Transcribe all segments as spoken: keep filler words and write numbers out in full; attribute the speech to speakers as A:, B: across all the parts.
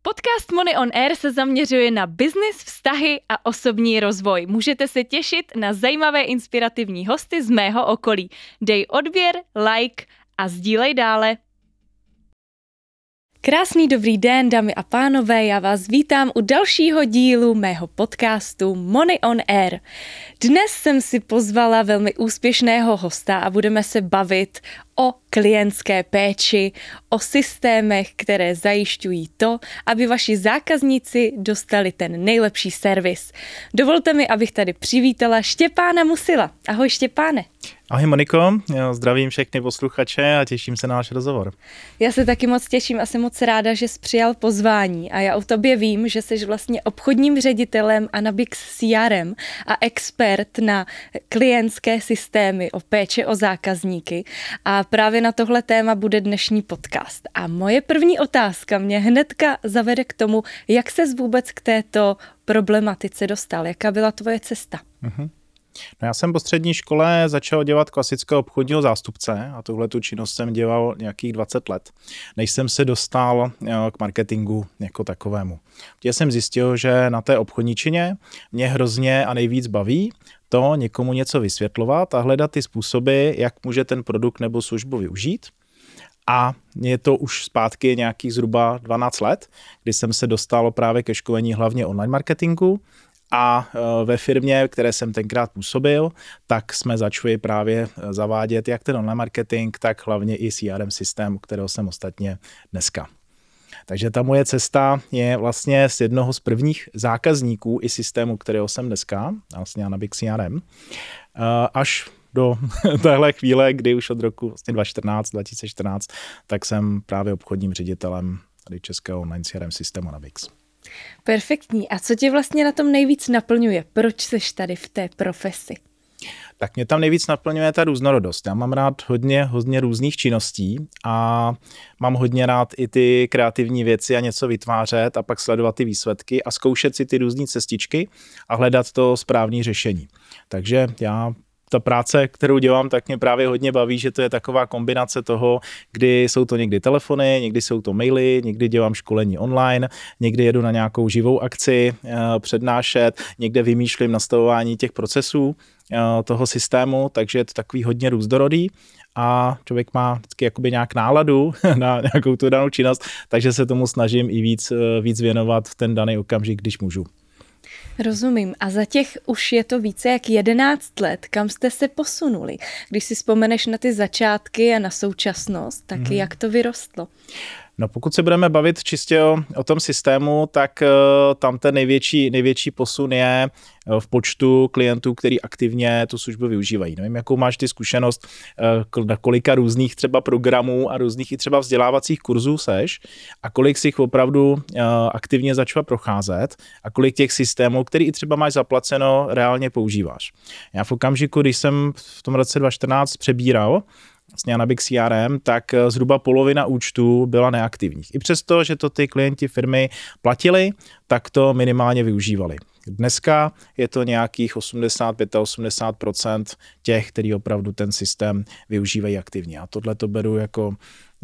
A: Podcast Money on Air se zaměřuje na biznis, vztahy a osobní rozvoj. Můžete se těšit na zajímavé inspirativní hosty z mého okolí. Dej odběr, like a sdílej dále. Krásný dobrý den, dámy a pánové, já vás vítám u dalšího dílu mého podcastu Money on Air. Dnes jsem si pozvala velmi úspěšného hosta a budeme se bavit o klientské péči, o systémech, které zajišťují to, aby vaši zákazníci dostali ten nejlepší servis. Dovolte mi, abych tady přivítala Štěpána Musila. Ahoj Štěpáne.
B: Ahoj Moniko, já zdravím všechny posluchače a těším se na náš rozhovor.
A: Já se taky moc těším a jsem moc ráda, že jsi přijal pozvání a já o tobě vím, že jsi vlastně obchodním ředitelem Anabix C R M a expert na klientské systémy o péči o zákazníky a právě na tohle téma bude dnešní podcast. A moje první otázka mě hnedka zavede k tomu, jak ses vůbec k této problematice dostal, jaká byla tvoje cesta?
B: Mhm. No já jsem po střední škole začal dělat klasického obchodního zástupce a tuhle tu činnost jsem dělal nějakých dvacet let, než jsem se dostal k marketingu jako takovému. Kde jsem zjistil, že na té obchodničině mě hrozně a nejvíc baví to někomu něco vysvětlovat a hledat ty způsoby, jak může ten produkt nebo službu využít. A je to už zpátky nějakých zhruba dvanáct let, kdy jsem se dostal právě ke školení hlavně online marketingu. A ve firmě, které jsem tenkrát působil, tak jsme začali právě zavádět jak ten online marketing, tak hlavně i C R M systém, kterého jsem ostatně dneska. Takže ta moje cesta je vlastně z jednoho z prvních zákazníků i systému, kterého jsem dneska, vlastně Anabix C R M, až do téhle chvíle, kdy už od roku vlastně dva tisíce čtrnáct, dva tisíce čtrnáct, tak jsem právě obchodním ředitelem tady českého online C R M systému Anabix.
A: Perfektní. A co tě vlastně na tom nejvíc naplňuje? Proč seš tady v té profesi?
B: Tak mě tam nejvíc naplňuje ta různorodost. Já mám rád hodně, hodně různých činností a mám hodně rád i ty kreativní věci a něco vytvářet a pak sledovat ty výsledky a zkoušet si ty různé cestičky a hledat to správné řešení. Takže já ta práce, kterou dělám, tak mě právě hodně baví, že to je taková kombinace toho, kdy jsou to někdy telefony, někdy jsou to maily, někdy dělám školení online, někdy jedu na nějakou živou akci přednášet, někde vymýšlím nastavování těch procesů toho systému, takže je to takový hodně různorodý a člověk má vždycky jakoby nějak náladu na nějakou tu danou činnost, takže se tomu snažím i víc, víc věnovat v ten daný okamžik, když můžu.
A: Rozumím. A za těch už je to více jak jedenáct let, kam jste se posunuli? Když si vzpomeneš na ty začátky a na současnost, tak mm. jak to vyrostlo?
B: No pokud se budeme bavit čistě o, o tom systému, tak uh, tam ten největší, největší posun je uh, v počtu klientů, který aktivně tu službu využívají. Nevím, jakou máš ty zkušenost, uh, na kolika různých třeba programů a různých i třeba vzdělávacích kurzů seš a kolik si jich opravdu uh, aktivně začala procházet a kolik těch systémů, který i třeba máš zaplaceno, reálně používáš. Já v okamžiku, když jsem v tom roce dva tisíce čtrnáct přebíral vlastně Anabix C R M, tak zhruba polovina účtů byla neaktivních. I přesto, že to ty klienti firmy platili, tak to minimálně využívali. Dneska je to nějakých osmdesát pět až osmdesát procent těch, kteří opravdu ten systém využívají aktivně. A tohle to beru jako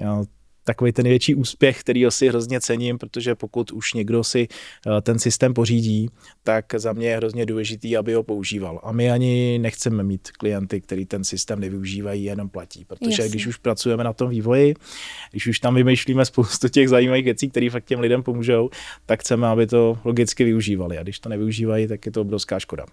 B: takový ten největší úspěch, kterýho si hrozně cením, protože pokud už někdo si ten systém pořídí, tak za mě je hrozně důležitý, aby ho používal. A my ani nechceme mít klienty, který ten systém nevyužívají, jenom platí. Protože Jasně. když už pracujeme na tom vývoji, když už tam vymýšlíme spoustu těch zajímavých věcí, které fakt těm lidem pomůžou, tak chceme, aby to logicky využívali. A když to nevyužívají, tak je to obrovská škoda.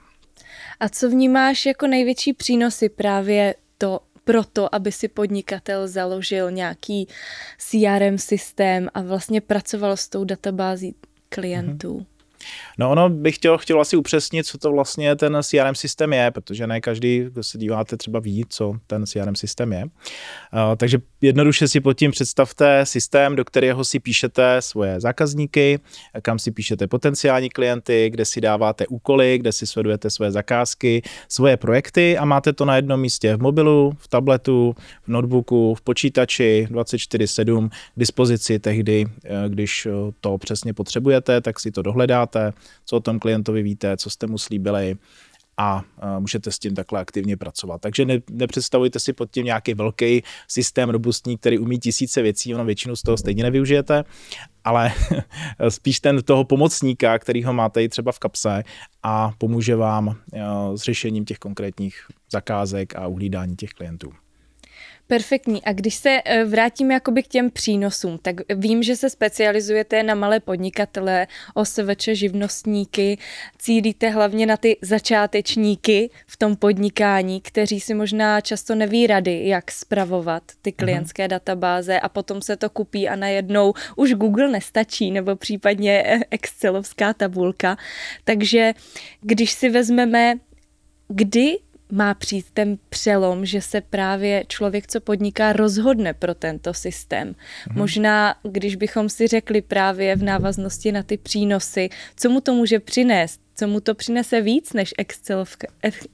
A: A co vnímáš jako největší přínosy právě to proto, aby si podnikatel založil nějaký C R M systém a vlastně pracoval s tou databází klientů?
B: No ono bych chtěl, chtěl asi upřesnit, co to vlastně ten C R M systém je, protože ne každý, kdo se díváte, třeba ví, co ten C R M systém je. Uh, takže jednoduše si pod tím představte systém, do kterého si píšete svoje zákazníky, kam si píšete potenciální klienty, kde si dáváte úkoly, kde si sledujete své zakázky, svoje projekty a máte to na jednom místě v mobilu, v tabletu, v notebooku, v počítači dvacet čtyři sedm k dispozici tehdy, když to přesně potřebujete, tak si to dohledáte, co o tom klientovi víte, co jste mu slíbili a můžete s tím takhle aktivně pracovat. Takže ne, nepředstavujte si pod tím nějaký velký systém robustní, který umí tisíce věcí, ono většinu z toho stejně nevyužijete, ale spíš ten toho pomocníka, který ho máte i třeba v kapse a pomůže vám s řešením těch konkrétních zakázek a uhlídání těch klientů.
A: Perfektní. A když se vrátíme jakoby k těm přínosům, tak vím, že se specializujete na malé podnikatele, O S V Č, živnostníky, cílíte hlavně na ty začátečníky v tom podnikání, kteří si možná často neví rady, jak spravovat ty klientské uh-huh. databáze a potom se to kupí a najednou už Google nestačí, nebo případně excelovská tabulka. Takže když si vezmeme, kdy má přijít ten přelom, že se právě člověk, co podniká, rozhodne pro tento systém. Mhm. Možná, když bychom si řekli právě v návaznosti na ty přínosy, co mu to může přinést, co mu to přinese víc než Excelovka,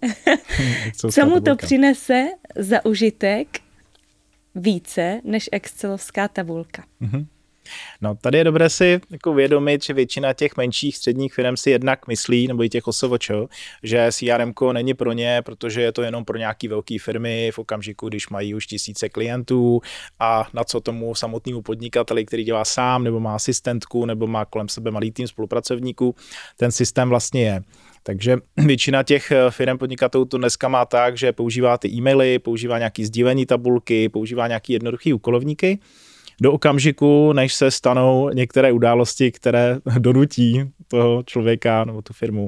A: co mu to přinese za užitek více než Excelovská tabulka.
B: Mhm. No, tady je dobré si jako uvědomit, že většina těch menších středních firm si jednak myslí, nebo i těch O S V Č, že C R M ko není pro ně, protože je to jenom pro nějaký velké firmy v okamžiku, když mají už tisíce klientů a na co tomu samotnému podnikateli, který dělá sám, nebo má asistentku, nebo má kolem sebe malý tým spolupracovníků, ten systém vlastně je. Takže většina těch firm podnikatelů to dneska má tak, že používá ty e-maily, používá nějaký sdílení tabulky, používá nějaký jednoduchý úkolovníky, do okamžiku, než se stanou některé události, které donutí toho člověka nebo tu firmu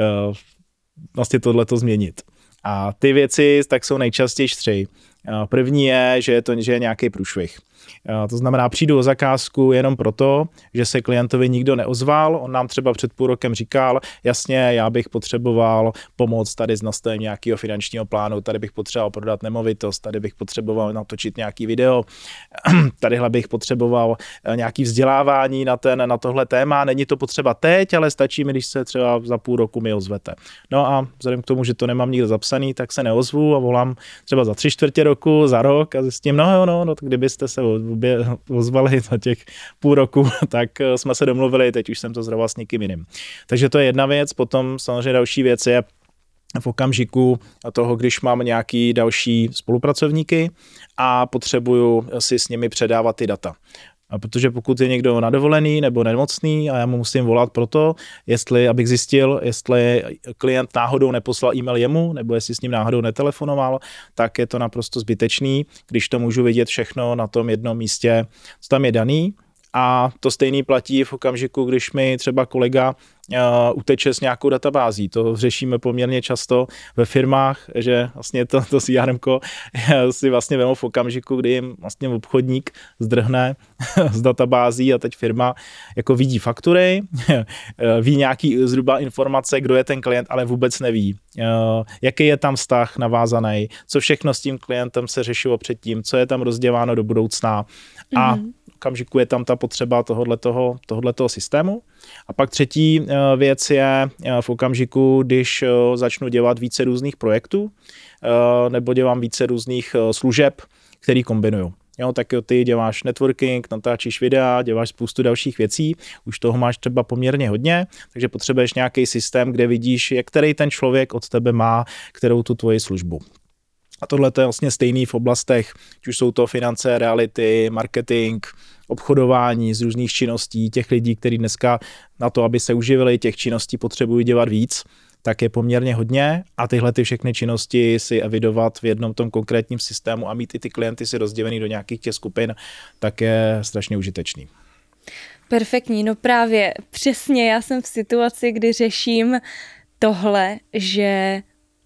B: vlastně tohleto změnit. A ty věci tak jsou nejčastěji tři. První je, že je to že je nějaký průšvih. To znamená, přijdu o zakázku jenom proto, že se klientovi nikdo neozval. On nám třeba před půl rokem říkal, jasně, já bych potřeboval pomoc tady s nastavením nějakého finančního plánu, tady bych potřeboval prodat nemovitost, tady bych potřeboval natočit nějaký video, tadyhle bych potřeboval nějaký vzdělávání na, ten, na tohle téma. Není to potřeba teď, ale stačí mi, když se třeba za půl roku mi ozvete. No a vzhledem k tomu, že to nemám nikde zapsaný, tak se neozvu a volám třeba za tři čtvrtě roku, za rok a zjistím, no jo, no, no tak kdybyste se ozvali za těch půl roku, tak jsme se domluvili, teď už jsem to zrovna s někým jiným. Takže to je jedna věc, potom samozřejmě další věc je v okamžiku toho, když mám nějaký další spolupracovníky a potřebuju si s nimi předávat ty data. A protože pokud je někdo nadovolený nebo nemocný a já mu musím volat proto, jestli, abych zjistil, jestli klient náhodou neposlal e-mail jemu, nebo jestli s ním náhodou netelefonoval, tak je to naprosto zbytečný, když to můžu vidět všechno na tom jednom místě, co tam je daný. A to stejný platí v okamžiku, když mi třeba kolega uh, uteče s nějakou databází. To řešíme poměrně často ve firmách, že vlastně to, to C R M ko si vlastně vemou v okamžiku, kdy jim vlastně obchodník zdrhne z databází a teď firma jako vidí faktury, ví nějaký zhruba informace, kdo je ten klient, ale vůbec neví, uh, jaký je tam vztah navázaný, co všechno s tím klientem se řešilo předtím, co je tam rozděláno do budoucna a mm-hmm. okamžiku je tam ta potřeba tohodletoho, tohodletoho systému. A pak třetí věc je v okamžiku, když začnu dělat více různých projektů nebo dělám více různých služeb, který kombinuju. Jo, tak jo, ty děláš networking, natáčíš videa, děláš spoustu dalších věcí, už toho máš třeba poměrně hodně, takže potřebuješ nějaký systém, kde vidíš, jak který ten člověk od tebe má, kterou tu tvoji službu. A tohle je vlastně stejný v oblastech, ať už jsou to finance, reality, marketing, obchodování z různých činností, těch lidí, kteří dneska na to, aby se uživili, těch činností potřebují dělat víc, tak je poměrně hodně a tyhle ty všechny činnosti si evidovat v jednom tom konkrétním systému a mít i ty klienty si rozdělený do nějakých těch skupin, tak je strašně užitečný.
A: Perfektní, no právě přesně já jsem v situaci, kdy řeším tohle, že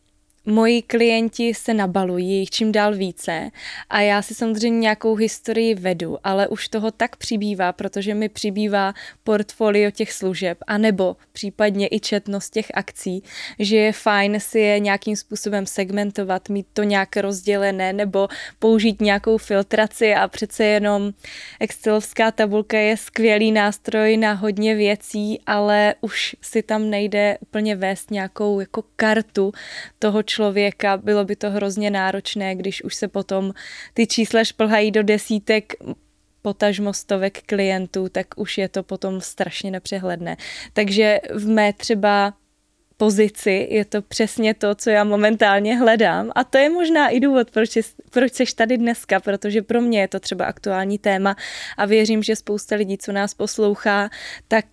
A: moji klienti se nabalují, jich čím dál více a já si samozřejmě nějakou historii vedu, ale už toho tak přibývá, protože mi přibývá portfolio těch služeb, anebo případně i četnost těch akcí, že je fajn si je nějakým způsobem segmentovat, mít to nějak rozdělené nebo použít nějakou filtraci a přece jenom excelovská tabulka je skvělý nástroj na hodně věcí, ale už si tam nejde úplně vést nějakou jako kartu toho člověka, bylo by to hrozně náročné, když už se potom ty čísla šplhají do desítek, potažmo stovek klientů, tak už je to potom strašně nepřehledné. Takže v mé třeba pozici, je to přesně to, co já momentálně hledám a to je možná i důvod, proč, je, proč seš tady dneska, protože pro mě je to třeba aktuální téma a věřím, že spousta lidí, co nás poslouchá, tak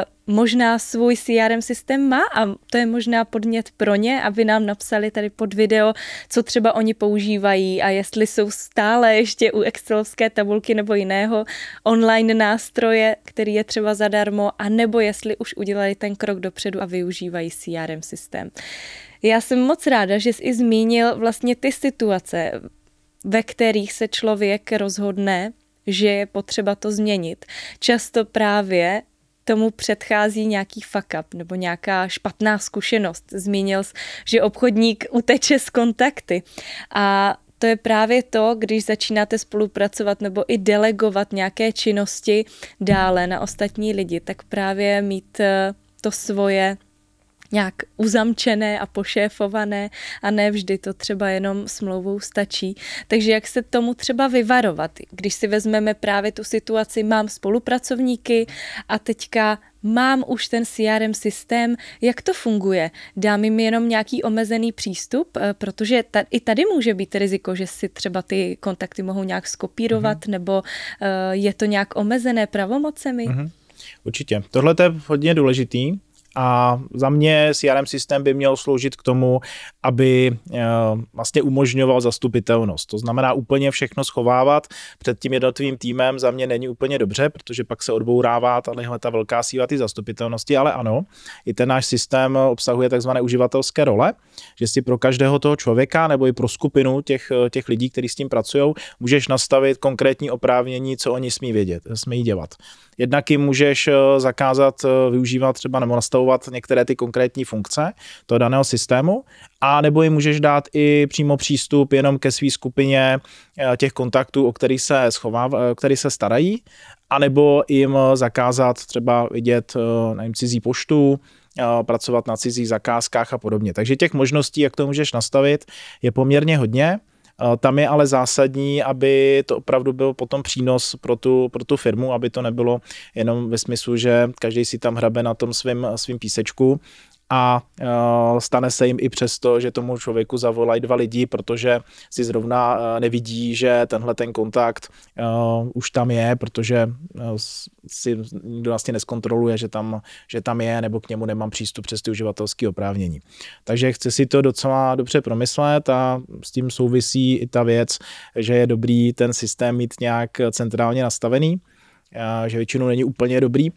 A: možná svůj C R M systém má a to je možná podnět pro ně, aby nám napsali tady pod video, co třeba oni používají a jestli jsou stále ještě u excelovské tabulky nebo jiného online nástroje, který je třeba zadarmo, a nebo jestli už udělali ten krok dopředu a využívají C R M systém. Já jsem moc ráda, že jsi i zmínil vlastně ty situace, ve kterých se člověk rozhodne, že je potřeba to změnit. Často právě tomu předchází nějaký fuck up nebo nějaká špatná zkušenost. Zmínil jsi, že obchodník uteče z kontakty. A to je právě to, když začínáte spolupracovat nebo i delegovat nějaké činnosti dále na ostatní lidi, tak právě mít to svoje nějak uzamčené a pošéfované a ne vždy to třeba jenom smlouvou stačí. Takže jak se tomu třeba vyvarovat, když si vezmeme právě tu situaci, mám spolupracovníky a teďka mám už ten C R M systém, jak to funguje? Dám jim jenom nějaký omezený přístup, protože ta, i tady může být riziko, že si třeba ty kontakty mohou nějak skopírovat, mm-hmm. nebo uh, je to nějak omezené pravomocemi?
B: Mm-hmm. Určitě. Tohle je hodně důležitý. A za mě C R M systém by měl sloužit k tomu, aby vlastně umožňoval zastupitelnost. To znamená úplně všechno schovávat před tím jednotlivým týmem za mě není úplně dobře, protože pak se odbourává tahle ta velká síla ty zastupitelnosti, ale ano, i ten náš systém obsahuje takzvané uživatelské role, že si pro každého toho člověka nebo i pro skupinu těch, těch lidí, kteří s tím pracují, můžeš nastavit konkrétní oprávnění, co oni smí vědět, smí dělat. Jednak jim můžeš zakázat využívat třeba nebo nastavovat některé ty konkrétní funkce toho daného systému, a nebo jim můžeš dát i přímo přístup jenom ke své skupině těch kontaktů, o který se schová, o který se starají, a nebo jim zakázat třeba vidět, nevím, cizí poštu, pracovat na cizích zakázkách a podobně. Takže těch možností, jak to můžeš nastavit, je poměrně hodně. Tam je ale zásadní, aby to opravdu byl potom přínos pro tu, pro tu firmu, aby to nebylo jenom ve smyslu, že každý si tam hrabe na tom svým, svým písečku a uh, stane se jim i přesto, že tomu člověku zavolají dva lidi, protože si zrovna uh, nevidí, že tenhle ten kontakt uh, už tam je, protože uh, si nikdo vlastně neskontroluje, že tam, že tam je, nebo k němu nemám přístup přes ty uživatelské oprávnění. Takže chci si to docela dobře promyslet a s tím souvisí i ta věc, že je dobrý ten systém mít nějak centrálně nastavený, uh, že většinou není úplně dobrý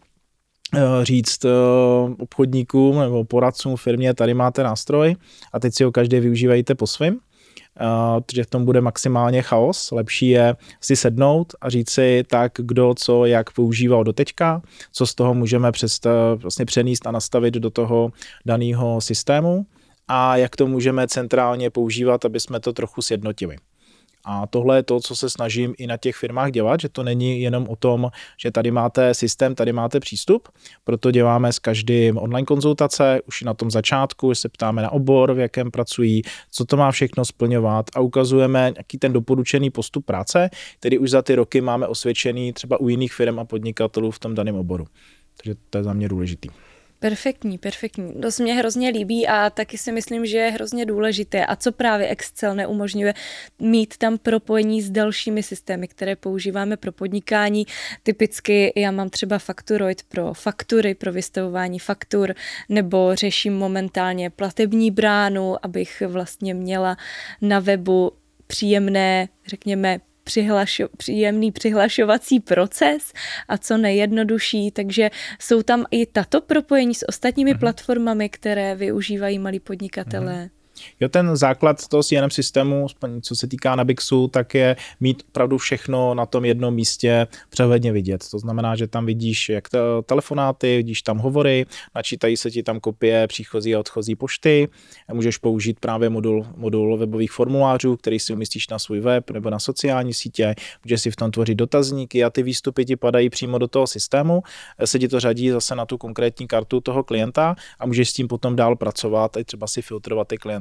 B: říct obchodníkům nebo poradcům firmě, tady máte nástroj a teď si ho každý využívejte po svým, protože v tom bude maximálně chaos. Lepší je si sednout a říct si tak, kdo co jak používal doteďka, co z toho můžeme přest, vlastně přenést a nastavit do toho daného systému a jak to můžeme centrálně používat, aby jsme to trochu sjednotili. A tohle je to, co se snažím i na těch firmách dělat, že to není jenom o tom, že tady máte systém, tady máte přístup, proto děláme s každým online konzultace, už na tom začátku, se ptáme na obor, v jakém pracují, co to má všechno splňovat a ukazujeme nějaký ten doporučený postup práce, který už za ty roky máme osvědčený třeba u jiných firm a podnikatelů v tom daném oboru. Takže to je za mě důležitý.
A: Perfektní, perfektní. To se mě hrozně líbí a taky si myslím, že je hrozně důležité. A co právě Excel neumožňuje mít tam propojení s dalšími systémy, které používáme pro podnikání. Typicky já mám třeba Fakturoid pro faktury, pro vystavování faktur, nebo řeším momentálně platební bránu, abych vlastně měla na webu příjemné, řekněme, Přihlašo, příjemný přihlašovací proces a co nejjednodušší, takže jsou tam i tato propojení s ostatními mm-hmm. platformami, které využívají malí podnikatelé. Mm-hmm.
B: Jo, ten základ toho C R M systému, co se týká Nabixu, tak je mít opravdu všechno na tom jednom místě přehledně vidět. To znamená, že tam vidíš jak telefonáty, vidíš tam hovory, načítají se ti tam kopie příchozí a odchozí pošty, můžeš použít právě modul, modul webových formulářů, který si umístíš na svůj web nebo na sociální sítě, můžeš si v tom tvořit dotazníky a ty výstupy ti padají přímo do toho systému, se ti to řadí zase na tu konkrétní kartu toho klienta a můžeš s tím potom dál pracovat a třeba si filtrovat ty klienty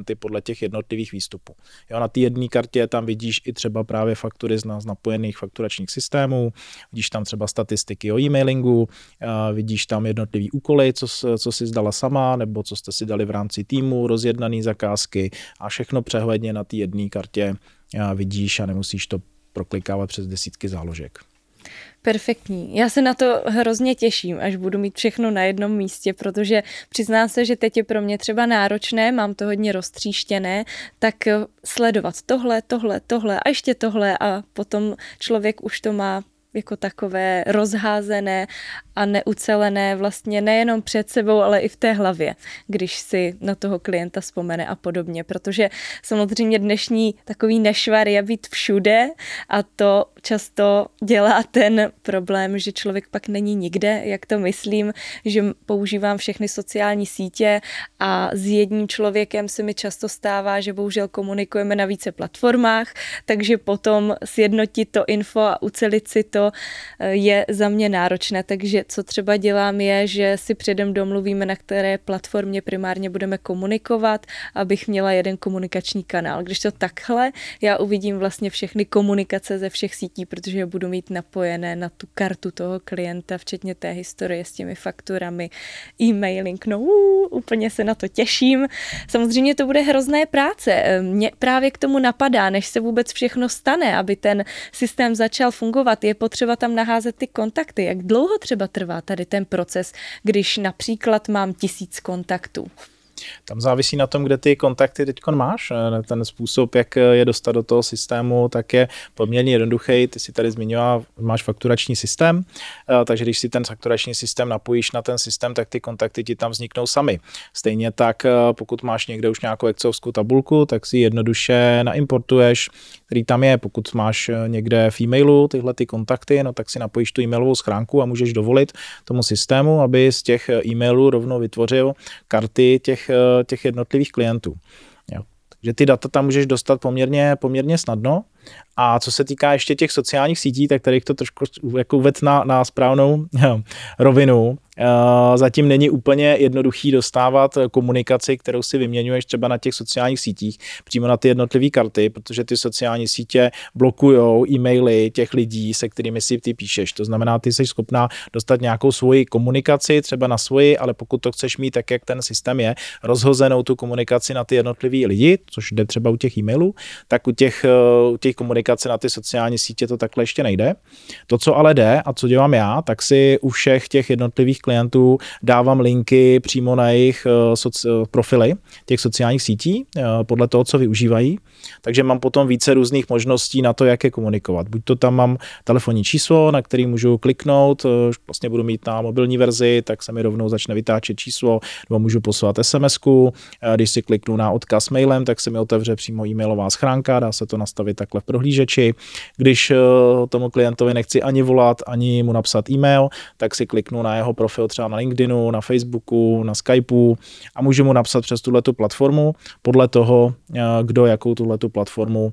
B: klienty podle těch jednotlivých výstupů. Jo, na té jedné kartě tam vidíš i třeba právě faktury z napojených fakturačních systémů, vidíš tam třeba statistiky o e-mailingu, vidíš tam jednotlivý úkoly, co, co jsi zdala sama, nebo co jste si dali v rámci týmu, rozjednaný zakázky a všechno přehledně na té jedné kartě vidíš a nemusíš to proklikávat přes desítky záložek.
A: Perfektní. Já se na to hrozně těším, až budu mít všechno na jednom místě, protože přiznám se, že teď je pro mě třeba náročné, mám to hodně roztříštěné, tak sledovat tohle, tohle, tohle a ještě tohle a potom člověk už to má jako takové rozházené a neucelené vlastně nejenom před sebou, ale i v té hlavě, když si na toho klienta vzpomene a podobně, protože samozřejmě dnešní takový nešvar je být všude a to často dělá ten problém, že člověk pak není nikde, jak to myslím, že používám všechny sociální sítě a s jedním člověkem se mi často stává, že bohužel komunikujeme na více platformách, takže potom sjednotit to info a ucelit si to je za mě náročné, takže co třeba dělám je, že si předem domluvíme, na které platformě primárně budeme komunikovat, abych měla jeden komunikační kanál. Když to takhle, já uvidím vlastně všechny komunikace ze všech sítí, protože je budu mít napojené na tu kartu toho klienta, včetně té historie s těmi fakturami, e-mailing, no uh, úplně se na to těším. Samozřejmě to bude hrozné práce. Mě právě k tomu napadá, než se vůbec všechno stane, aby ten systém začal fungovat, je potřeba tam naházet ty kontakty. Jak dlouho třeba trvá tady ten proces, když například mám tisíc kontaktů?
B: Tam závisí na tom, kde ty kontakty teď máš. Ten způsob, jak je dostat do toho systému, tak je poměrně jednoduchý. Ty si tady zmiňovala, máš fakturační systém, takže když si ten fakturační systém napojíš na ten systém, tak ty kontakty ti tam vzniknou sami. Stejně tak, pokud máš někde už nějakou excelovskou tabulku, tak si jednoduše naimportuješ, který tam je. Pokud máš někde v e-mailu tyhle ty kontakty, no tak si napojíš tu e-mailovou schránku a můžeš dovolit tomu systému, aby z těch e-mailů rovnou vytvořil karty těch těch jednotlivých klientů. Jo. Takže ty data tam můžeš dostat poměrně, poměrně snadno. A co se týká ještě těch sociálních sítí, tak tady to trošku jako uved na, na správnou rovinu. Zatím není úplně jednoduchý dostávat komunikaci, kterou si vyměňuješ třeba na těch sociálních sítích, přímo na ty jednotlivé karty, protože ty sociální sítě blokujou e-maily těch lidí, se kterými si ty píšeš. To znamená, ty jsi schopná dostat nějakou svoji komunikaci, třeba na svoji, ale pokud to chceš mít tak, jak ten systém je, rozhozenou tu komunikaci na ty jednotlivé lidi, což jde třeba u těch e-mailů, tak u těch, u těch komunikace na ty sociální sítě to takhle ještě nejde. To, co ale jde a co dělám já, tak si u všech těch jednotlivých klientů dávám linky přímo na jejich soci- profily těch sociálních sítí podle toho, co využívají. Takže mám potom více různých možností na to, jak je komunikovat. Buď to tam mám telefonní číslo, na který můžu kliknout, vlastně budu mít na mobilní verzi, tak se mi rovnou začne vytáčet číslo, nebo můžu poslat es em esku. Když si kliknu na odkaz mailem, tak se mi otevře přímo e-mailová schránka, dá se to nastavit takhle v prohlížeči. Když tomu klientovi nechci ani volat, ani mu napsat e-mail, tak si kliknu na jeho profil třeba na LinkedInu, na Facebooku, na Skypeu a můžu mu napsat přes tuhletu platformu podle toho, kdo jakou tuhletu platformu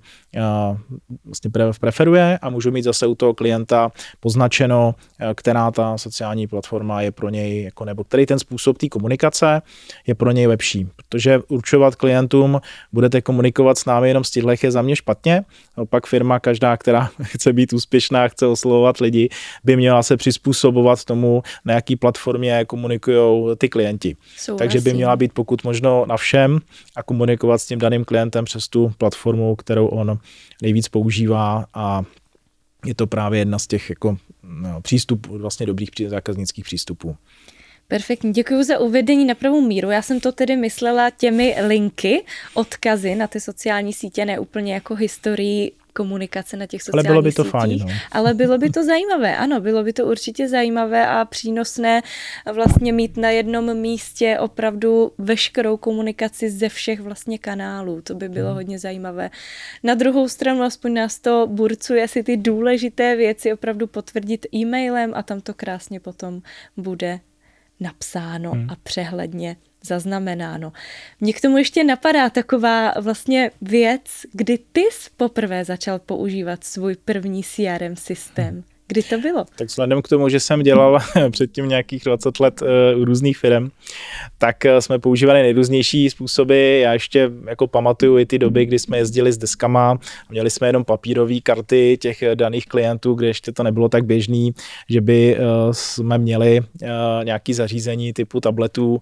B: vlastně preferuje a můžu mít zase u toho klienta poznačeno, která ta sociální platforma je pro něj, jako nebo který ten způsob té komunikace je pro něj lepší. Protože určovat klientům, budete komunikovat s námi jenom z těchto je za mě špatně. Pak firma každá, která chce být úspěšná, chce oslovovat lidi, by měla se přizpůsobovat tomu, na jaký platformě komunikují ty klienti. Souhlasím. Takže by měla být pokud možno na všem a komunikovat s tím daným klientem přes tu platformu, kterou on nejvíc používá a je to právě jedna z těch jako, no, přístupů, vlastně dobrých zákaznických přístupů.
A: Perfektní, děkuji za uvedení na pravou míru. Já jsem to tedy myslela těmi linky, odkazy na ty sociální sítě, ne úplně jako historii komunikace na těch sociálních
B: ale bylo by to
A: sítích.
B: fajn, no.
A: Ale bylo by to zajímavé, ano, bylo by to určitě zajímavé a přínosné vlastně mít na jednom místě opravdu veškerou komunikaci ze všech vlastně kanálů. To by bylo hmm. hodně zajímavé. Na druhou stranu aspoň nás to burcuje si ty důležité věci opravdu potvrdit e-mailem a tam to krásně potom bude napsáno hmm. a přehledně zaznamenáno. Mně k tomu ještě napadá taková vlastně věc, kdy ty jsi poprvé začal používat svůj první C R M systém. Hmm. Kdy to bylo?
B: Tak vzhledem k tomu, že jsem dělal předtím nějakých dvacet let u různých firm, tak jsme používali nejrůznější způsoby. Já ještě jako pamatuju i ty doby, kdy jsme jezdili s deskama, měli jsme jenom papírové karty těch daných klientů, kde ještě to nebylo tak běžný, že by jsme měli nějaké zařízení typu tabletů,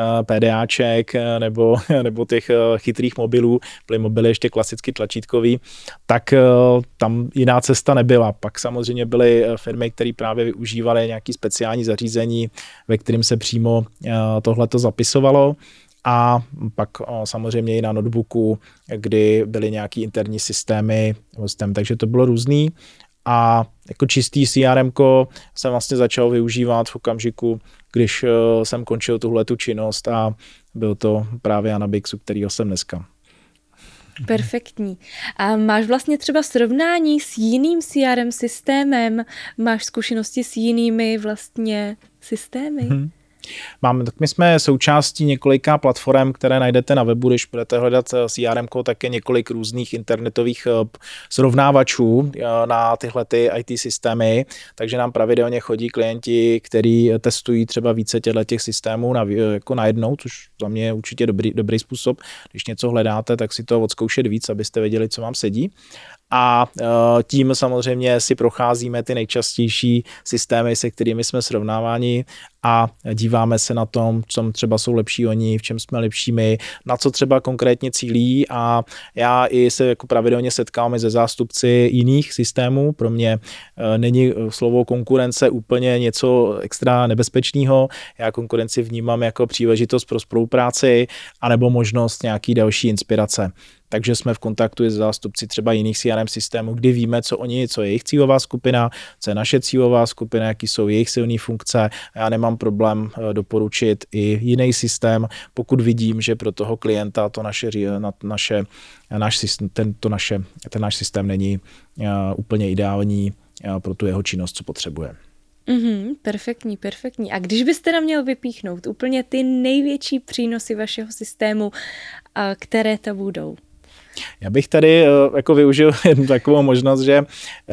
B: PDAček nebo, nebo těch chytrých mobilů, byly mobily ještě klasicky tlačítkový, tak tam jiná cesta nebyla. Pak samozřejmě byly firmy, které právě využívaly nějaké speciální zařízení, ve kterým se přímo tohleto zapisovalo. A pak samozřejmě i na notebooku, kdy byly nějaké interní systémy, takže to bylo různý. A jako čistý C R M ko jsem vlastně začal využívat v okamžiku, když jsem končil tuhletu činnost a byl to právě Anabix, u kterého jsem dneska.
A: Perfektní. A máš vlastně třeba srovnání s jiným C R M systémem? Máš zkušenosti s jinými vlastně systémy? Hmm.
B: Máme, tak my jsme součástí několika platform, které najdete na webu, když budete hledat C R M ko, tak je několik různých internetových srovnávačů na tyhle ty I T systémy, takže nám pravidelně chodí klienti, kteří testují třeba více těch systémů na, jako najednou, což za mě je určitě dobrý, dobrý způsob. Když něco hledáte, tak si to odzkoušet víc, abyste věděli, co vám sedí. A tím samozřejmě si procházíme ty nejčastější systémy, se kterými jsme srovnáváni a díváme se na tom, co třeba jsou lepší oni, v čem jsme lepšími, na co třeba konkrétně cílí a já i se jako pravidelně setkám se zástupci jiných systémů. Pro mě není slovo konkurence úplně něco extra nebezpečného. Já konkurenci vnímám jako příležitost pro spolupráci anebo možnost nějaký další inspirace. Takže jsme v kontaktu s zástupci třeba jiných C R M systémů, kdy víme, co oni, co je jejich cílová skupina, co je naše cílová skupina, jaký jsou jejich silné funkce. Já nemám problém doporučit i jiný systém, pokud vidím, že pro toho klienta to naše, naše, náš systém, ten, to naše, ten náš systém není úplně ideální pro tu jeho činnost, co potřebuje.
A: Mm-hmm, perfektní, perfektní. A když byste nám měl vypíchnout úplně ty největší přínosy vašeho systému, které to budou?
B: Já bych tady jako využil jednu takovou možnost, že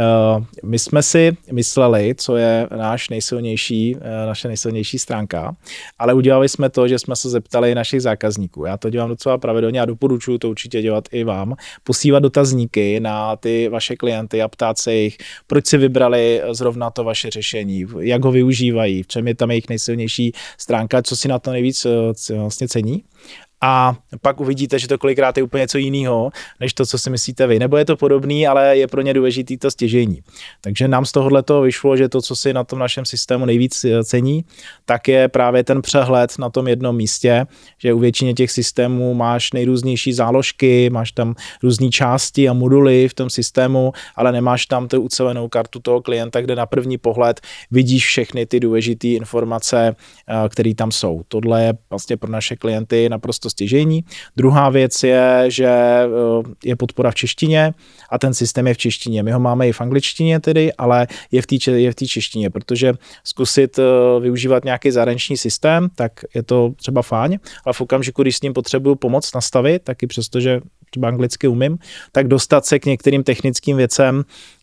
B: my jsme si mysleli, co je náš nejsilnější, naše nejsilnější stránka, ale udělali jsme to, že jsme se zeptali našich zákazníků. Já to dělám docela pravidelně a doporučuji to určitě dělat i vám. Posílat dotazníky na ty vaše klienty a ptát se jich, proč si vybrali zrovna to vaše řešení, jak ho využívají, v čem je tam jejich nejsilnější stránka, co si na to nejvíc vlastně cení. A pak uvidíte, že to kolikrát je úplně něco jiného, než to, co si myslíte vy. Nebo je to podobný, ale je pro ně důležitý to stěžejní. Takže nám z tohoto vyšlo, že to, co si na tom našem systému nejvíc cení, tak je právě ten přehled na tom jednom místě, že u většině těch systémů máš nejrůznější záložky, máš tam různé části a moduly v tom systému, ale nemáš tam tu ucelenou kartu toho klienta, kde na první pohled vidíš všechny ty důležité informace, které tam jsou. Tohle je vlastně pro naše klienty naprosto stěžejní. Druhá věc je, že je podpora v češtině a ten systém je v češtině. My ho máme i v angličtině tedy, ale je v té je v té češtině, protože zkusit využívat nějaký zahraniční systém, tak je to třeba fajn, ale v okamžiku, když s ním potřebuju pomoc nastavit, tak i přesto, že třeba anglicky umím, tak dostat se k některým technickým věcem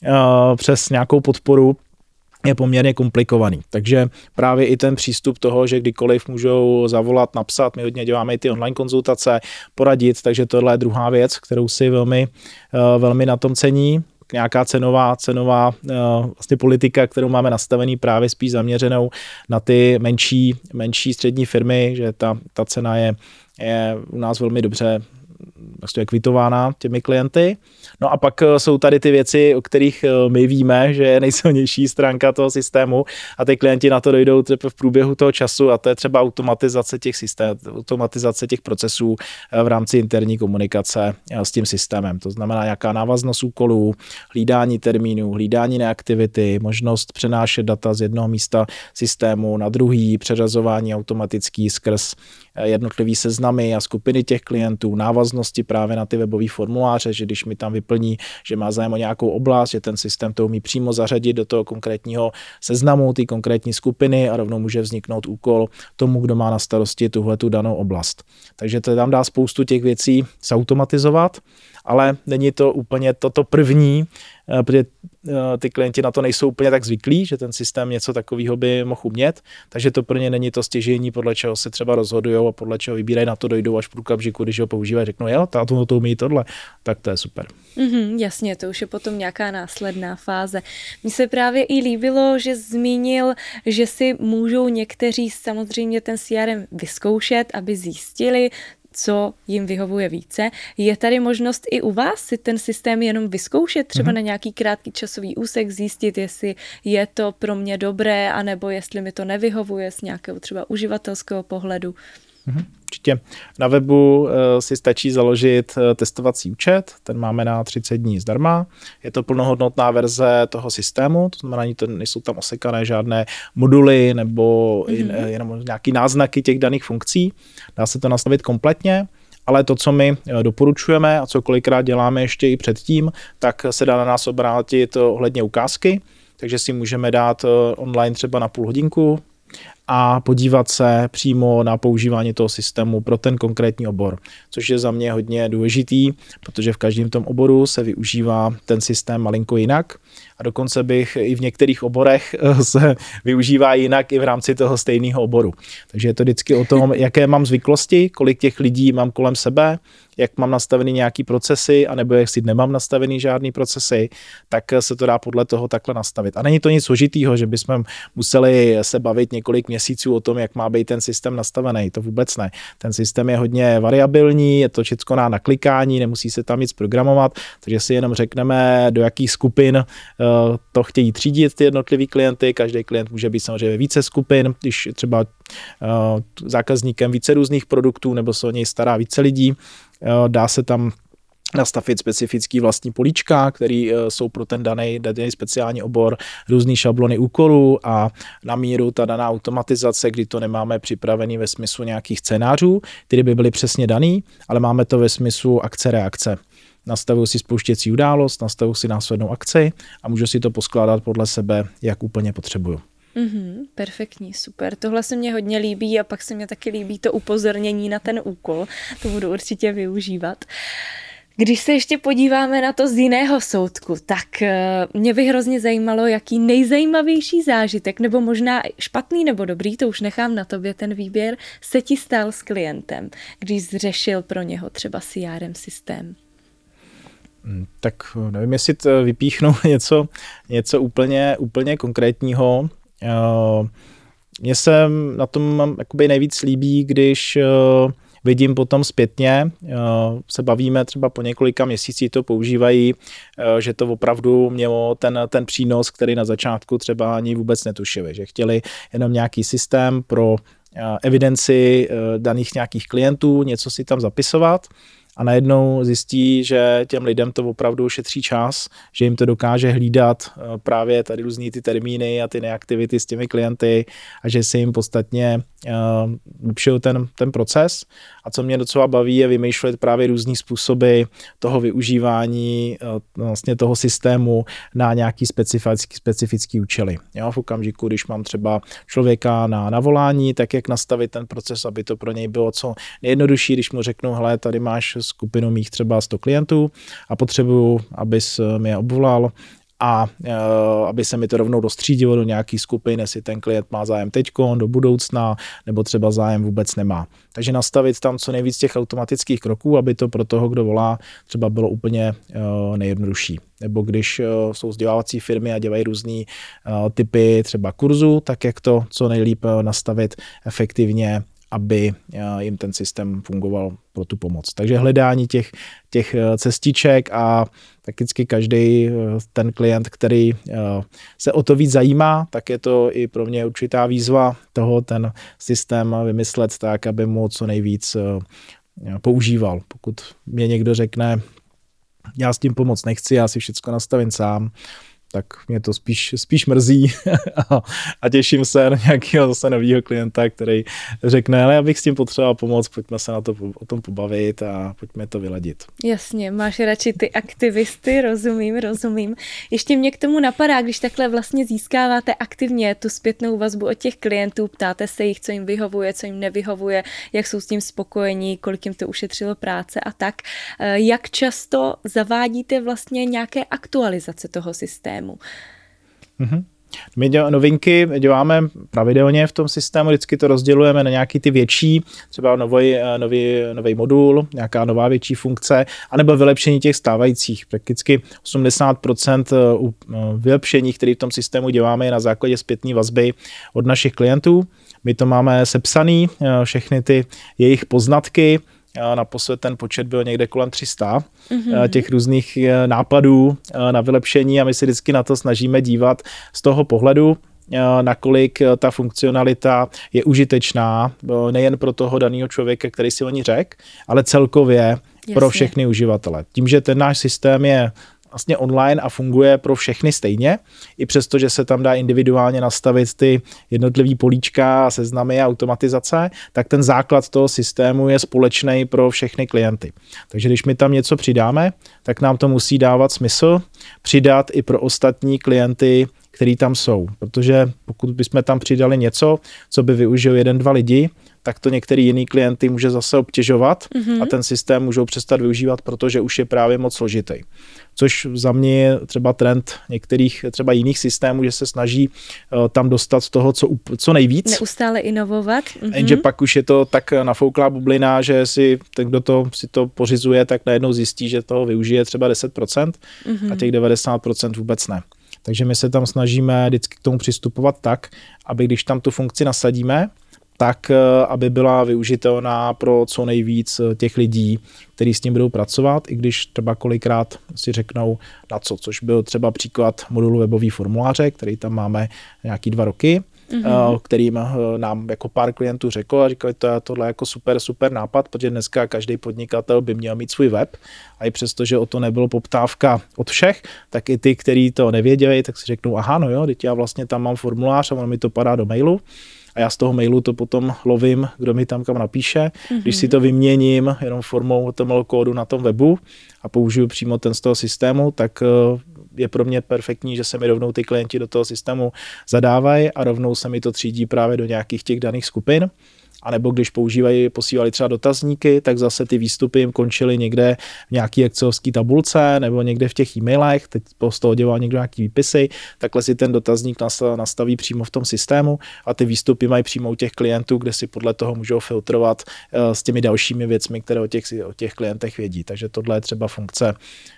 B: přes nějakou podporu je poměrně komplikovaný. Takže právě i ten přístup toho, že kdykoliv můžou zavolat, napsat, my hodně děláme i ty online konzultace, poradit, takže tohle je druhá věc, kterou si velmi, velmi na tom cení. Nějaká cenová, cenová vlastně politika, kterou máme nastavený právě spíš zaměřenou na ty menší, menší střední firmy, že ta, ta cena je, je u nás velmi dobře vlastně kvitována těmi klienty. No a pak jsou tady ty věci, o kterých my víme, že je nejsilnější stránka toho systému a ty klienti na to dojdou třeba v průběhu toho času a to je třeba automatizace těch systém, automatizace těch procesů v rámci interní komunikace s tím systémem. To znamená nějaká návaznost úkolů, hlídání termínů, hlídání neaktivity, možnost přenášet data z jednoho místa systému na druhý, přeřazování automatický skrz jednotlivý seznamy a skupiny těch klientů, návaznosti právě na ty webové formuláře, že když mi tam vyplní, že má zájem o nějakou oblast, že ten systém to umí přímo zařadit do toho konkrétního seznamu, ty konkrétní skupiny a rovnou může vzniknout úkol tomu, kdo má na starosti tuhletu danou oblast. Takže to tam dá spoustu těch věcí zautomatizovat, ale není to úplně toto první, protože ty klienti na to nejsou úplně tak zvyklí, že ten systém něco takového by mohl umět, takže to pro ně není to stěžejní, podle čeho se třeba rozhodují a podle čeho vybírají, na to dojdou až v průkamžiku, když ho používají, řeknou, jo, táto to umí tohle, tak to je super.
A: Mm-hmm, jasně, to už je potom nějaká následná fáze. Mně se právě i líbilo, že zmínil, že si můžou někteří samozřejmě ten C R M vyzkoušet, aby zjistili, co jim vyhovuje více. Je tady možnost i u vás si ten systém jenom vyzkoušet, třeba mm-hmm. na nějaký krátký časový úsek, zjistit, jestli je to pro mě dobré, anebo jestli mi to nevyhovuje z nějakého třeba uživatelského pohledu.
B: Mm-hmm. Určitě. Na webu uh, si stačí založit uh, testovací účet, ten máme na třicet dní zdarma. Je to plnohodnotná verze toho systému, to znamená, to nejsou tam osekané žádné moduly nebo mm-hmm. jenom nějaký náznaky těch daných funkcí. Dá se to nastavit kompletně, ale to, co my doporučujeme a co kolikrát děláme ještě i předtím, tak se dá na nás obrátit ohledně ukázky, takže si můžeme dát online třeba na půl hodinku, a podívat se přímo na používání toho systému pro ten konkrétní obor, což je za mě hodně důležitý, protože v každém tom oboru se využívá ten systém malinko jinak a dokonce bych i v některých oborech se využívá jinak i v rámci toho stejného oboru. Takže je to vždycky o tom, jaké mám zvyklosti, kolik těch lidí mám kolem sebe, jak mám nastavený nějaký procesy, anebo jestli nemám nastavený žádný procesy, tak se to dá podle toho takhle nastavit. A není to nic složitýho, že bychom museli se bavit několik měsíců o tom, jak má být ten systém nastavený. To vůbec ne. Ten systém je hodně variabilní, je to všechno na naklikání, nemusí se tam nic programovat, takže si jenom řekneme, do jakých skupin to chtějí třídit ty jednotlivý klienty. Každý klient může být samozřejmě více skupin, když třeba zákazníkem více různých produktů nebo se o něj stará více lidí. Dá se tam nastavit specifický vlastní políčka, které jsou pro ten daný, daný speciální obor, různý šablony úkolů a na míru ta daná automatizace, kdy to nemáme připravený ve smyslu nějakých scénářů, které by byly přesně daný, ale máme to ve smyslu akce-reakce. Nastavuji si spouštěcí událost, nastavuji si následnou akci a můžu si to poskládat podle sebe, jak úplně potřebuju.
A: Mm-hmm, perfektní, super. Tohle se mně hodně líbí a pak se mně taky líbí to upozornění na ten úkol. To budu určitě využívat. Když se ještě podíváme na to z jiného soudku, tak mě by hrozně zajímalo, jaký nejzajímavější zážitek, nebo možná špatný nebo dobrý, to už nechám na tobě ten výběr, se ti stal s klientem, když zřešil pro něho třeba C R M systém.
B: Tak nevím, jestli to vypíchnu něco, něco úplně, úplně konkrétního. Mně se na tom jakoby nejvíc líbí, když vidím potom zpětně, se bavíme třeba po několika měsících to používají, že to opravdu mělo ten, ten přínos, který na začátku třeba ani vůbec netušili, že chtěli jenom nějaký systém pro evidenci daných nějakých klientů, něco si tam zapisovat. A najednou zjistí, že těm lidem to opravdu šetří čas, že jim to dokáže hlídat právě tady různý ty termíny a ty neaktivity s těmi klienty a že se jim podstatně vylepšují ten, ten proces. A co mě docela baví, je vymýšlet právě různý způsoby toho využívání vlastně toho systému na nějaký specifický, specifický účely. Jo, v okamžiku, když mám třeba člověka na, na volání, tak jak nastavit ten proces, aby to pro něj bylo co nejjednodušší, když mu řeknu, hele, tady máš skupinu mých třeba sto klientů a potřebuju, abys mi je obvolal a e, aby se mi to rovnou dostřídilo do nějaký skupin, jestli ten klient má zájem teďko, do budoucna, nebo třeba zájem vůbec nemá. Takže nastavit tam co nejvíc těch automatických kroků, aby to pro toho, kdo volá, třeba bylo úplně e, nejjednodušší. Nebo když e, jsou vzdělávací firmy a dělají různý e, typy třeba kurzu, tak jak to co nejlíp nastavit efektivně, aby jim ten systém fungoval pro tu pomoc. Takže hledání těch, těch cestiček a prakticky každý ten klient, který se o to víc zajímá, tak je to i pro mě určitá výzva toho ten systém vymyslet tak, aby mu co nejvíc používal. Pokud mě někdo řekne, já s tím pomoct nechci, já si všechno nastavím sám, tak mě to spíš, spíš mrzí a, a těším se na nějakého zase nového klienta, který řekne, ale já bych s tím potřeboval pomoct, pojďme se na to, o tom pobavit a pojďme to vyladit.
A: Jasně, máš radši ty aktivisty, rozumím, rozumím. Ještě mě k tomu napadá, když takhle vlastně získáváte aktivně tu zpětnou vazbu od těch klientů, ptáte se jich, co jim vyhovuje, co jim nevyhovuje, jak jsou s tím spokojení, kolik jim to ušetřilo práce a tak. Jak často zavádíte vlastně nějaké aktualizace toho systému? systému.
B: Mm-hmm. My děl, novinky děláme pravidelně v tom systému, vždycky to rozdělujeme na nějaký ty větší, třeba nový, nový, nový modul, nějaká nová větší funkce, anebo vylepšení těch stávajících. Prakticky osmdesát procent vylepšení, které v tom systému děláme, je na základě zpětné vazby od našich klientů. My to máme sepsaný, všechny ty jejich poznatky. Naposled ten počet byl někde kolem tři sta mm-hmm. těch různých nápadů na vylepšení a my se vždycky na to snažíme dívat z toho pohledu, nakolik ta funkcionalita je užitečná nejen pro toho daného člověka, který si o ní řekl, ale celkově Jasně. pro všechny uživatele. Tím, že ten náš systém je vlastně online a funguje pro všechny stejně, i přesto, že se tam dá individuálně nastavit ty jednotlivý políčka, seznamy a automatizace, tak ten základ toho systému je společný pro všechny klienty. Takže když my tam něco přidáme, tak nám to musí dávat smysl přidat i pro ostatní klienty, který tam jsou. Protože pokud bychom tam přidali něco, co by využil jeden, dva lidi, tak to některý jiný klienty může zase obtěžovat mm-hmm. a ten systém můžou přestat využívat, protože už je právě moc složitý. Což za mě je třeba trend některých třeba jiných systémů, že se snaží uh, tam dostat toho, co, co nejvíc.
A: Neustále inovovat. Mm-hmm.
B: Jenže pak už je to tak nafouklá bublina, že si ten, kdo to, si to pořizuje, tak najednou zjistí, že toho využije třeba deset procent mm-hmm. a těch devadesát procent vůbec ne. Takže my se tam snažíme vždycky k tomu přistupovat tak, aby když tam tu funkci nasadíme, tak aby byla využitelná pro co nejvíc těch lidí, kteří s tím budou pracovat, i když třeba kolikrát si řeknou na co, což byl třeba příklad modulu webový formuláře, který tam máme nějaký dva roky, mm-hmm. kterým nám jako pár klientů řekl a říkali, to je tohle jako super, super nápad, protože dneska každý podnikatel by měl mít svůj web a i přesto, že o to nebylo poptávka od všech, tak i ty, kteří to nevěděli, tak si řeknou, aha, no jo, teď já vlastně tam mám formulář a ono mi to padá do mailu. A já z toho mailu to potom lovím, kdo mi tam kam napíše. Mm-hmm. Když si to vyměním jenom formou H T M L kódu na tom webu a použiju přímo ten z toho systému, tak je pro mě perfektní, že se mi rovnou ty klienti do toho systému zadávají a rovnou se mi to třídí právě do nějakých těch daných skupin. A nebo když používají, posílali třeba dotazníky, tak zase ty výstupy jim končily někde v nějaký excelovský tabulce nebo někde v těch e-mailech, teď z toho dělal někdo nějaký výpisy, takhle si ten dotazník nastaví přímo v tom systému a ty výstupy mají přímo u těch klientů, kde si podle toho můžou filtrovat s těmi dalšími věcmi, které o těch, o těch klientech vědí. Takže tohle je třeba funkce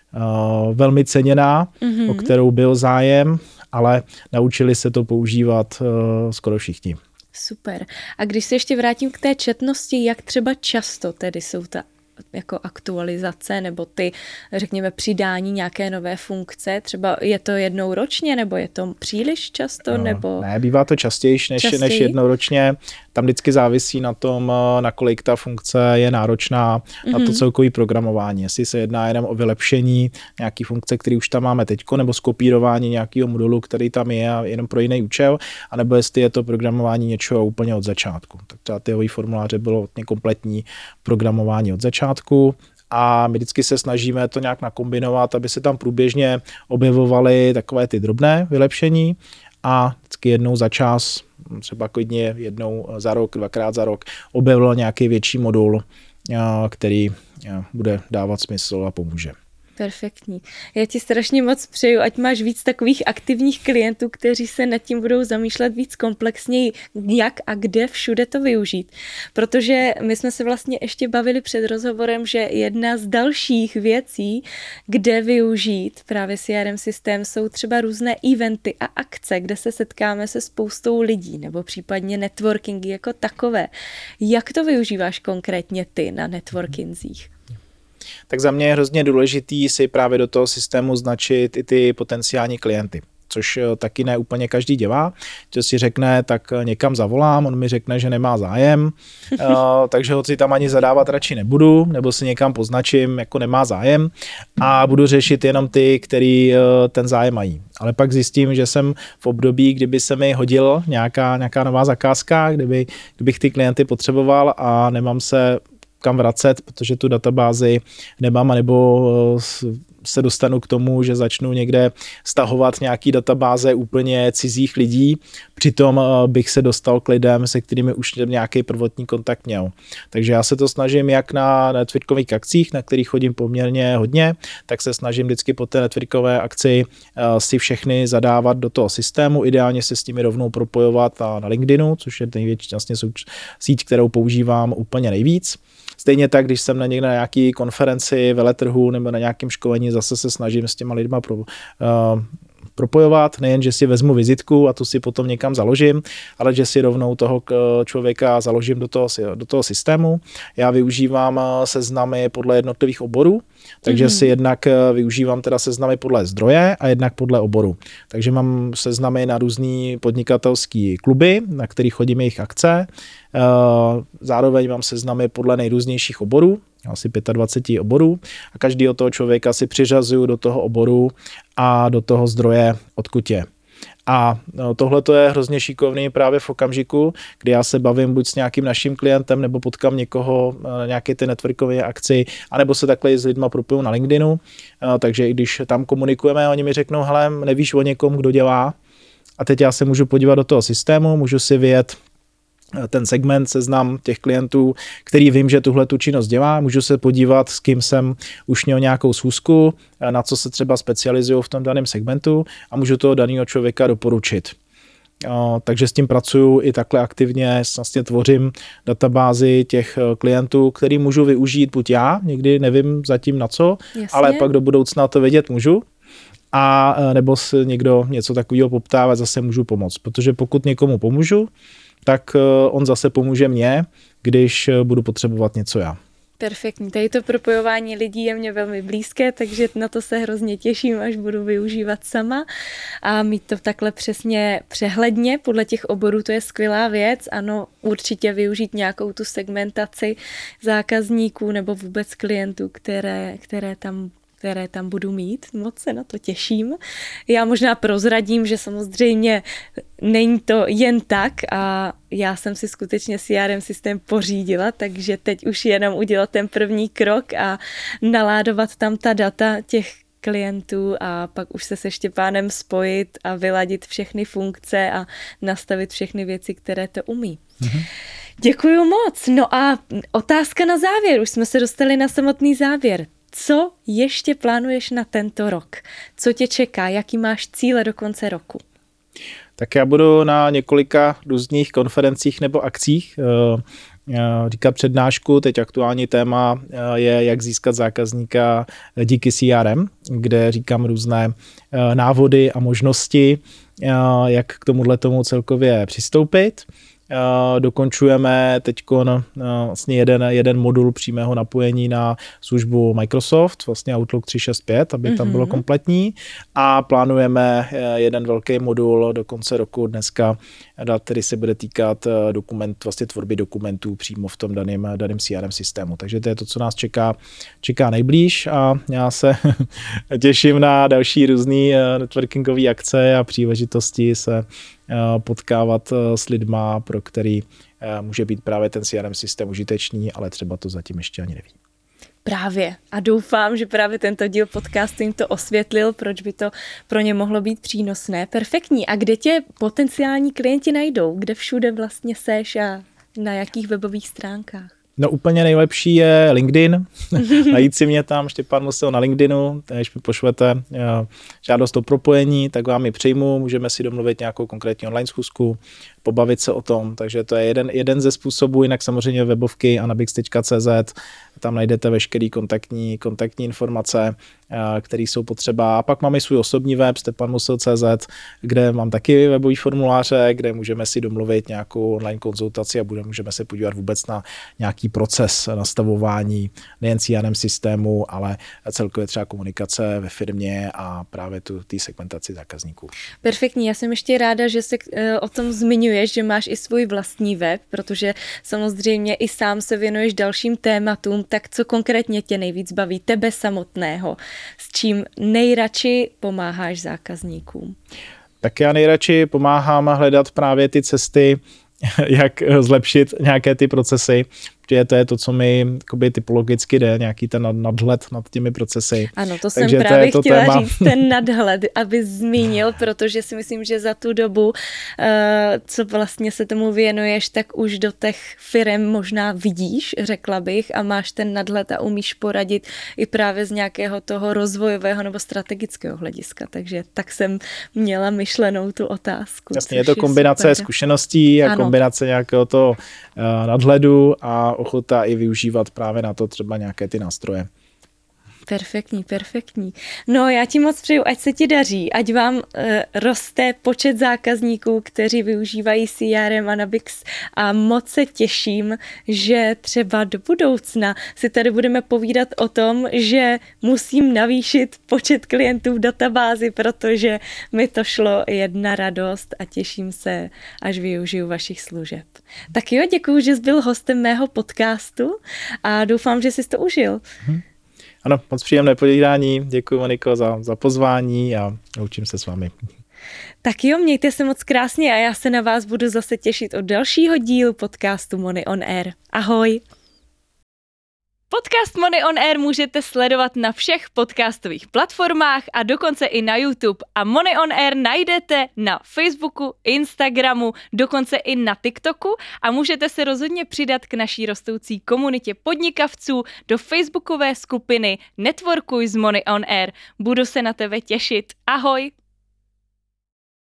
B: uh, velmi ceněná, mm-hmm. o kterou byl zájem, ale naučili se to používat uh, skoro všichni.
A: Super. A když se ještě vrátím k té četnosti, jak třeba často tedy jsou ta jako aktualizace nebo ty, řekněme, přidání nějaké nové funkce? Třeba je to jednou ročně, nebo je to příliš často?
B: No,
A: nebo...
B: Ne, bývá to častěji než, než jednou ročně. Tam vždycky závisí na tom, nakolik ta funkce je náročná mm-hmm. na to celkové programování. Jestli se jedná jenom o vylepšení nějaký funkce, který už tam máme teďko, nebo skopírování nějakého modulu, který tam je a jenom pro jiný účel, anebo jestli je to programování něčeho úplně od začátku. Tak třeba tyhový formuláře bylo vlastně kompletní programování od začátku. A my vždycky se snažíme to nějak nakombinovat, aby se tam průběžně objevovaly takové ty drobné vylepšení a vždycky jednou za čas, třeba klidně jednou za rok, dvakrát za rok, objevil nějaký větší modul, který bude dávat smysl a pomůže.
A: Perfektní. Já ti strašně moc přeju, ať máš víc takových aktivních klientů, kteří se nad tím budou zamýšlet víc komplexněji, jak a kde všude to využít. Protože my jsme se vlastně ještě bavili před rozhovorem, že jedna z dalších věcí, kde využít právě C R M systém, jsou třeba různé eventy a akce, kde se setkáme se spoustou lidí, nebo případně networkingy jako takové. Jak to využíváš konkrétně ty na networkingzích?
B: Tak za mě je hrozně důležitý si právě do toho systému značit i ty potenciální klienty, což taky ne úplně každý dělá. Že si řekne, tak někam zavolám, on mi řekne, že nemá zájem, takže ho si tam ani zadávat radši nebudu, nebo si někam poznačím, jako nemá zájem a budu řešit jenom ty, který ten zájem mají. Ale pak zjistím, že jsem v období, kdyby se mi hodil nějaká, nějaká nová zakázka, kdyby, kdybych ty klienty potřeboval a nemám se kam vracet, protože tu databázi nemám, nebo se dostanu k tomu, že začnu někde stahovat nějaký databáze úplně cizích lidí, přitom bych se dostal k lidem, se kterými už nějaký prvotní kontakt měl. Takže já se to snažím jak na networkových akcích, na kterých chodím poměrně hodně, tak se snažím vždycky po té networkové akci si všechny zadávat do toho systému, ideálně se s nimi rovnou propojovat na LinkedInu, což je největší vlastně síť, kterou používám úplně nejvíc. Stejně tak, když jsem na někde na nějaký konferenci, veletrhu nebo na nějakém školení, zase se snažím s těma lidma pro, uh, propojovat, nejen, že si vezmu vizitku a tu si potom někam založím, ale že si rovnou toho člověka založím do toho, do toho systému. Já využívám seznamy podle jednotlivých oborů, takže mm-hmm. si jednak využívám teda seznamy podle zdroje a jednak podle oboru. Takže mám seznamy na různý podnikatelský kluby, na kterých chodím jejich akce. Zároveň mám seznamy podle nejrůznějších oborů, asi dvacet pět oborů a každý od toho člověka si přiřazuju do toho oboru a do toho zdroje, odkud je. A tohle to je hrozně šikovný právě v okamžiku, kdy já se bavím buď s nějakým naším klientem, nebo potkám někoho na nějaké ty networkové akci, anebo se takhle s lidma propoju na LinkedInu. Takže i když tam komunikujeme, oni mi řeknou, hele, nevíš o někom, kdo dělá. A teď já se můžu podívat do toho systému, můžu si vyjet ten segment, seznam těch klientů, který vím, že tuhle tu činnost dělá. Můžu se podívat, s kým jsem už měl nějakou schůzku, na co se třeba specializují v tom daném segmentu a můžu toho daného člověka doporučit. Takže s tím pracuju i takhle aktivně, vlastně tvořím databázi těch klientů, který můžu využít buď já, někdy nevím zatím na co, jasně, ale pak do budoucna to vědět můžu. A nebo si někdo něco takového poptává, zase můžu pomoct. Protože pokud někomu pomůžu, tak on zase pomůže mně, když budu potřebovat něco já.
A: Perfektní. Tady to propojování lidí je mě velmi blízké, takže na to se hrozně těším, až budu využívat sama a mít to takhle přesně přehledně. Podle těch oborů to je skvělá věc. Ano, určitě využít nějakou tu segmentaci zákazníků nebo vůbec klientů, které, které tam které tam budu mít. Moc se na to těším. Já možná prozradím, že samozřejmě není to jen tak a já jsem si skutečně C R M systém pořídila, takže teď už jenom udělat ten první krok a naládovat tam ta data těch klientů a pak už se se Štěpánem spojit a vyladit všechny funkce a nastavit všechny věci, které to umí. Mm-hmm. Děkuju moc. No a otázka na závěr. Už jsme se dostali na samotný závěr. Co ještě plánuješ na tento rok? Co tě čeká? Jaký máš cíle do konce roku?
B: Tak já budu na několika různých konferencích nebo akcích říkat přednášku. Teď aktuální téma je, jak získat zákazníka díky C R M, kde říkám různé návody a možnosti, jak k tomuhle tomu celkově přistoupit. Uh, dokončujeme teď uh, vlastně jeden, jeden modul přímého napojení na službu Microsoft, vlastně Outlook tři šest pět, aby tam mm-hmm. bylo kompletní a plánujeme jeden velký modul do konce roku dneska, který se bude týkat dokument, vlastně tvorby dokumentů přímo v tom daném, daném C R M systému. Takže to je to, co nás čeká, čeká nejblíž a já se těším na další různý networkingové akce a příležitosti se potkávat s lidma, pro který může být právě ten C R M systém užitečný, ale třeba to zatím ještě ani neví.
A: Právě. A doufám, že právě tento díl podcastu jim to osvětlil, proč by to pro ně mohlo být přínosné. Perfektní. A kde tě potenciální klienti najdou? Kde všude vlastně seš a na jakých webových stránkách?
B: No úplně nejlepší je LinkedIn. Najít si mě tam, Štěpán Musil na LinkedInu, když mi pošlete žádost o propojení, tak vám ji přijmu, můžeme si domluvit nějakou konkrétní online schůzku, pobavit se o tom, takže to je jeden, jeden ze způsobů, jinak samozřejmě webovky anabix tečka cé zet, tam najdete veškeré kontaktní, kontaktní informace, které jsou potřeba. A pak máme svůj osobní web stepan musil tečka cé zet, kde mám taky webový formuláře, kde můžeme si domluvit nějakou online konzultaci a budeme, můžeme se podívat vůbec na nějaký proces nastavování nejen C R M systému, ale celkově třeba komunikace ve firmě a právě tu té segmentaci zákazníků.
A: Perfektní, já jsem ještě ráda, že se o tom zmiňuješ, že máš i svůj vlastní web, protože samozřejmě i sám se věnuješ dalším tématům, tak co konkrétně tě nejvíc baví tebe samotného? S čím nejradši pomáháš zákazníkům?
B: Tak já nejradši pomáhám hledat právě ty cesty, jak zlepšit nějaké ty procesy, protože to je to, co mi jakoby, typologicky jde, nějaký ten nadhled nad těmi procesy.
A: Ano, to
B: Takže
A: jsem právě
B: to
A: chtěla
B: téma.
A: říct, ten nadhled, aby zmínil, protože si myslím, že za tu dobu, co vlastně se tomu věnuješ, tak už do těch firem možná vidíš, řekla bych, a máš ten nadhled a umíš poradit i právě z nějakého toho rozvojového nebo strategického hlediska. Takže tak jsem měla myšlenou tu otázku.
B: Jasně, je to kombinace je zkušeností a ano. kombinace nějakého toho uh, nadhledu a ochota i využívat právě na to třeba nějaké ty nástroje.
A: Perfektní, perfektní. No já ti moc přeju, ať se ti daří, ať vám uh, roste počet zákazníků, kteří využívají C R M Anabix a moc se těším, že třeba do budoucna si tady budeme povídat o tom, že musím navýšit počet klientů v databázi, protože mi to šlo jedna radost a těším se, až využiju vašich služeb. Tak jo, děkuju, že jsi byl hostem mého podcastu a doufám, že jsi to užil.
B: Hmm. Ano, moc příjemné povídání. Děkuji, Moniko, za, za pozvání a učím se s vámi.
A: Tak jo, mějte se moc krásně a já se na vás budu zase těšit od dalšího dílu podcastu Money on Air. Ahoj! Podcast Money on Air můžete sledovat na všech podcastových platformách a dokonce i na YouTube. A Money on Air najdete na Facebooku, Instagramu, dokonce i na TikToku a můžete se rozhodně přidat k naší rostoucí komunitě podnikavců do facebookové skupiny Networkuj s Money on Air. Budu se na tebe těšit. Ahoj!